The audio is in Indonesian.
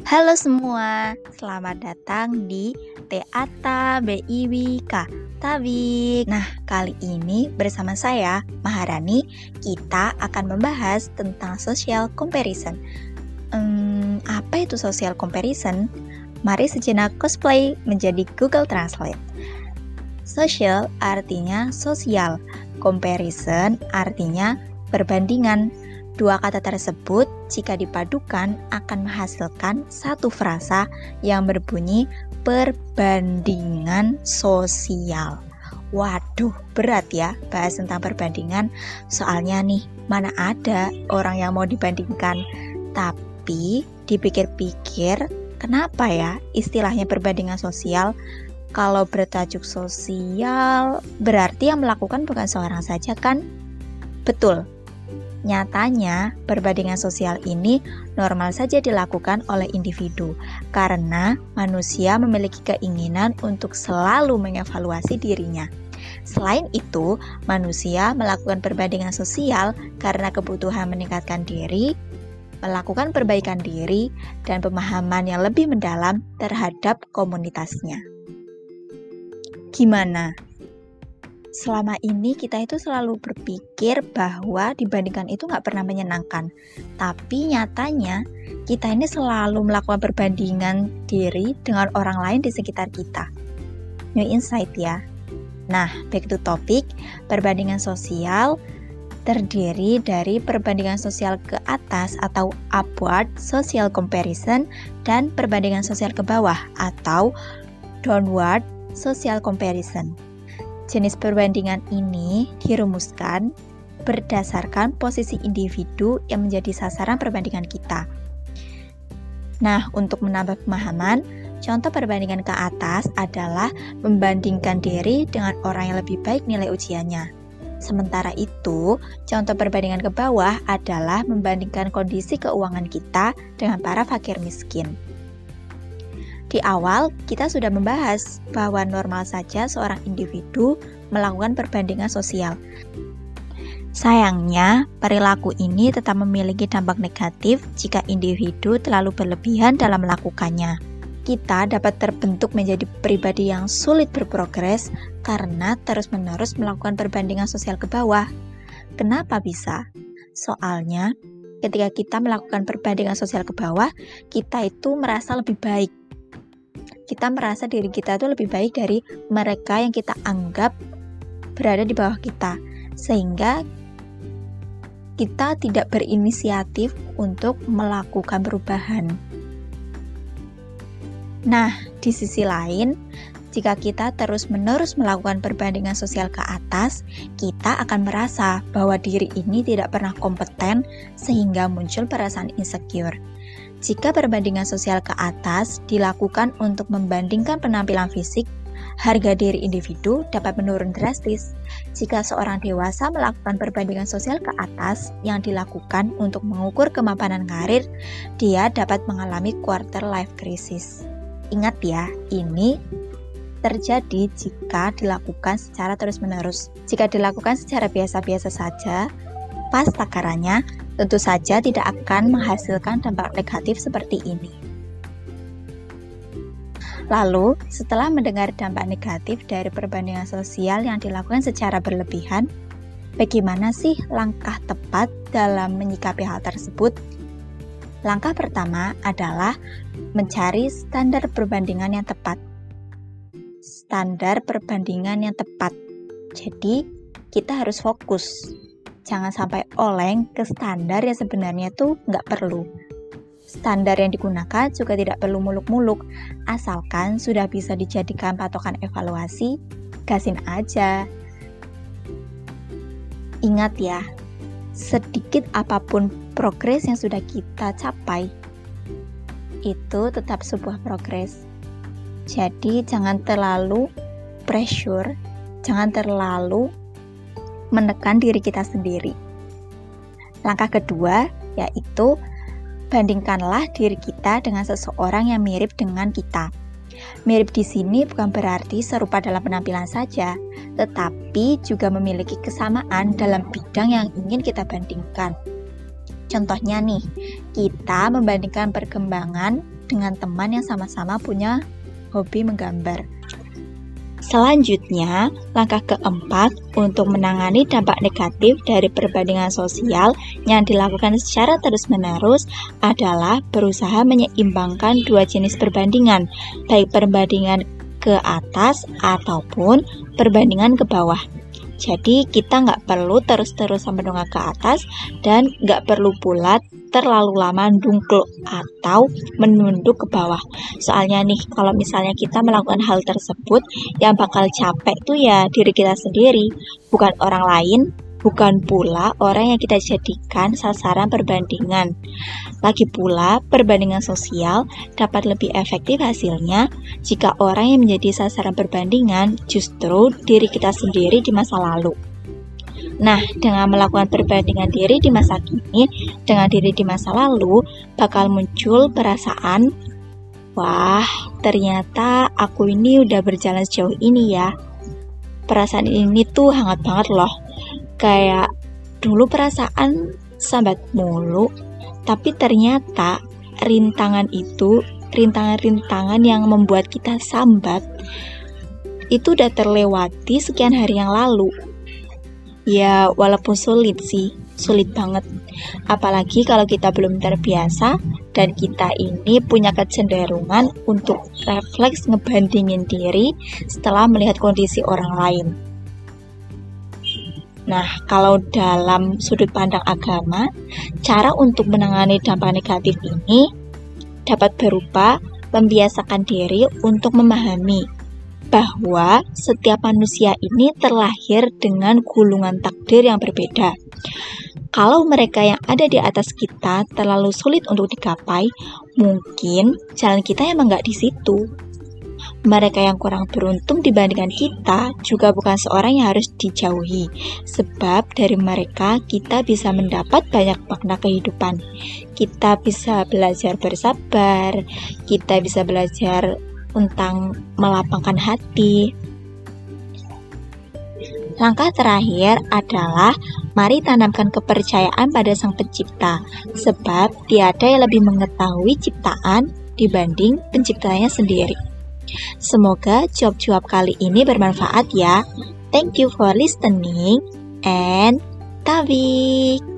Halo semua, selamat datang di Teata BIWK Tabik. Nah, kali ini bersama saya, Maharani, kita akan membahas tentang social comparison. Apa itu social comparison? Mari sejenak cosplay menjadi Google Translate. Social artinya sosial, comparison artinya perbandingan. Dua kata tersebut jika dipadukan akan menghasilkan satu frasa yang berbunyi perbandingan sosial. Waduh, berat ya bahas tentang perbandingan. Soalnya nih, mana ada orang yang mau dibandingkan. Tapi dipikir-pikir, kenapa ya istilahnya perbandingan sosial? Kalau bertajuk sosial, berarti yang melakukan bukan seorang saja kan? Betul. Nyatanya, perbandingan sosial ini normal saja dilakukan oleh individu karena manusia memiliki keinginan untuk selalu mengevaluasi dirinya. Selain itu, manusia melakukan perbandingan sosial karena kebutuhan meningkatkan diri, melakukan perbaikan diri, dan pemahaman yang lebih mendalam terhadap komunitasnya. Gimana? Selama ini kita itu selalu berpikir bahwa dibandingkan itu nggak pernah menyenangkan. Tapi nyatanya kita ini selalu melakukan perbandingan diri dengan orang lain di sekitar kita. New insight ya. Nah, back to topic, perbandingan sosial terdiri dari perbandingan sosial ke atas atau upward social comparison dan perbandingan sosial ke bawah atau downward social comparison. Jenis perbandingan ini dirumuskan berdasarkan posisi individu yang menjadi sasaran perbandingan kita. Nah, untuk menambah pemahaman, contoh perbandingan ke atas adalah membandingkan diri dengan orang yang lebih baik nilai ujiannya. Sementara itu, contoh perbandingan ke bawah adalah membandingkan kondisi keuangan kita dengan para fakir miskin. Di awal, kita sudah membahas bahwa normal saja seorang individu melakukan perbandingan sosial. Sayangnya, perilaku ini tetap memiliki dampak negatif jika individu terlalu berlebihan dalam melakukannya. Kita dapat terbentuk menjadi pribadi yang sulit berprogres karena terus-menerus melakukan perbandingan sosial ke bawah. Kenapa bisa? Soalnya, ketika kita melakukan perbandingan sosial ke bawah, kita itu merasa lebih baik. Kita merasa diri kita itu lebih baik dari mereka yang kita anggap berada di bawah kita, sehingga kita tidak berinisiatif untuk melakukan perubahan. Nah, di sisi lain, jika kita terus-menerus melakukan perbandingan sosial ke atas, kita akan merasa bahwa diri ini tidak pernah kompeten sehingga muncul perasaan insecure. Jika perbandingan sosial ke atas dilakukan untuk membandingkan penampilan fisik, harga diri individu dapat menurun drastis. Jika seorang dewasa melakukan perbandingan sosial ke atas yang dilakukan untuk mengukur kemapanan karir, dia dapat mengalami quarter life crisis. Ingat ya, ini terjadi jika dilakukan secara terus-menerus. Jika dilakukan secara biasa-biasa saja, pas takarannya, tentu saja tidak akan menghasilkan dampak negatif seperti ini. Lalu, setelah mendengar dampak negatif dari perbandingan sosial yang dilakukan secara berlebihan, bagaimana sih langkah tepat dalam menyikapi hal tersebut? Langkah pertama adalah mencari standar perbandingan yang tepat. Standar perbandingan yang tepat. Jadi, kita harus fokus. Jangan sampai oleng ke standar yang sebenarnya tuh nggak perlu. Standar yang digunakan juga tidak perlu muluk-muluk, asalkan sudah bisa dijadikan patokan evaluasi, gasin aja. Ingat ya, sedikit apapun progres yang sudah kita capai, itu tetap sebuah progres. Jadi jangan terlalu pressure, jangan terlalu menekan diri kita sendiri. Langkah kedua yaitu bandingkanlah diri kita dengan seseorang yang mirip dengan kita. Mirip di sini bukan berarti serupa dalam penampilan saja, tetapi juga memiliki kesamaan dalam bidang yang ingin kita bandingkan. Contohnya nih, kita membandingkan perkembangan dengan teman yang sama-sama punya hobi menggambar. Selanjutnya, langkah keempat untuk menangani dampak negatif dari perbandingan sosial yang dilakukan secara terus-menerus adalah berusaha menyeimbangkan dua jenis perbandingan, baik perbandingan ke atas ataupun perbandingan ke bawah. Jadi kita nggak perlu terus-terusan mendongak ke atas dan nggak perlu pula terlalu lama dungkul atau menunduk ke bawah. Soalnya nih, kalau misalnya kita melakukan hal tersebut, yang bakal capek tuh ya diri kita sendiri, bukan orang lain, bukan pula orang yang kita jadikan sasaran perbandingan. Lagi pula, perbandingan sosial dapat lebih efektif hasilnya jika orang yang menjadi sasaran perbandingan justru diri kita sendiri di masa lalu. Nah, dengan melakukan perbandingan diri di masa kini dengan diri di masa lalu, bakal muncul perasaan, wah, ternyata aku ini udah berjalan sejauh ini ya. Perasaan ini tuh hangat banget loh. Kayak dulu perasaan sambat mulu, tapi ternyata rintangan-rintangan yang membuat kita sambat itu udah terlewati sekian hari yang lalu. Ya, walaupun sulit banget. Apalagi kalau kita belum terbiasa dan kita ini punya kecenderungan untuk refleks ngebandingin diri setelah melihat kondisi orang lain. Nah, kalau dalam sudut pandang agama, cara untuk menangani dampak negatif ini dapat berupa membiasakan diri untuk memahami bahwa setiap manusia ini terlahir dengan gulungan takdir yang berbeda. Kalau mereka yang ada di atas kita terlalu sulit untuk digapai, mungkin jalan kita emang nggak di situ. Mereka yang kurang beruntung dibandingkan kita juga bukan seorang yang harus dijauhi, sebab dari mereka kita bisa mendapat banyak makna kehidupan. Kita bisa belajar bersabar, kita bisa belajar tentang melapangkan hati. Langkah terakhir adalah mari tanamkan kepercayaan pada Sang Pencipta, sebab tiada yang lebih mengetahui ciptaan dibanding penciptanya sendiri. Semoga jawab-jawab kali ini bermanfaat ya. Thank you for listening and tabik.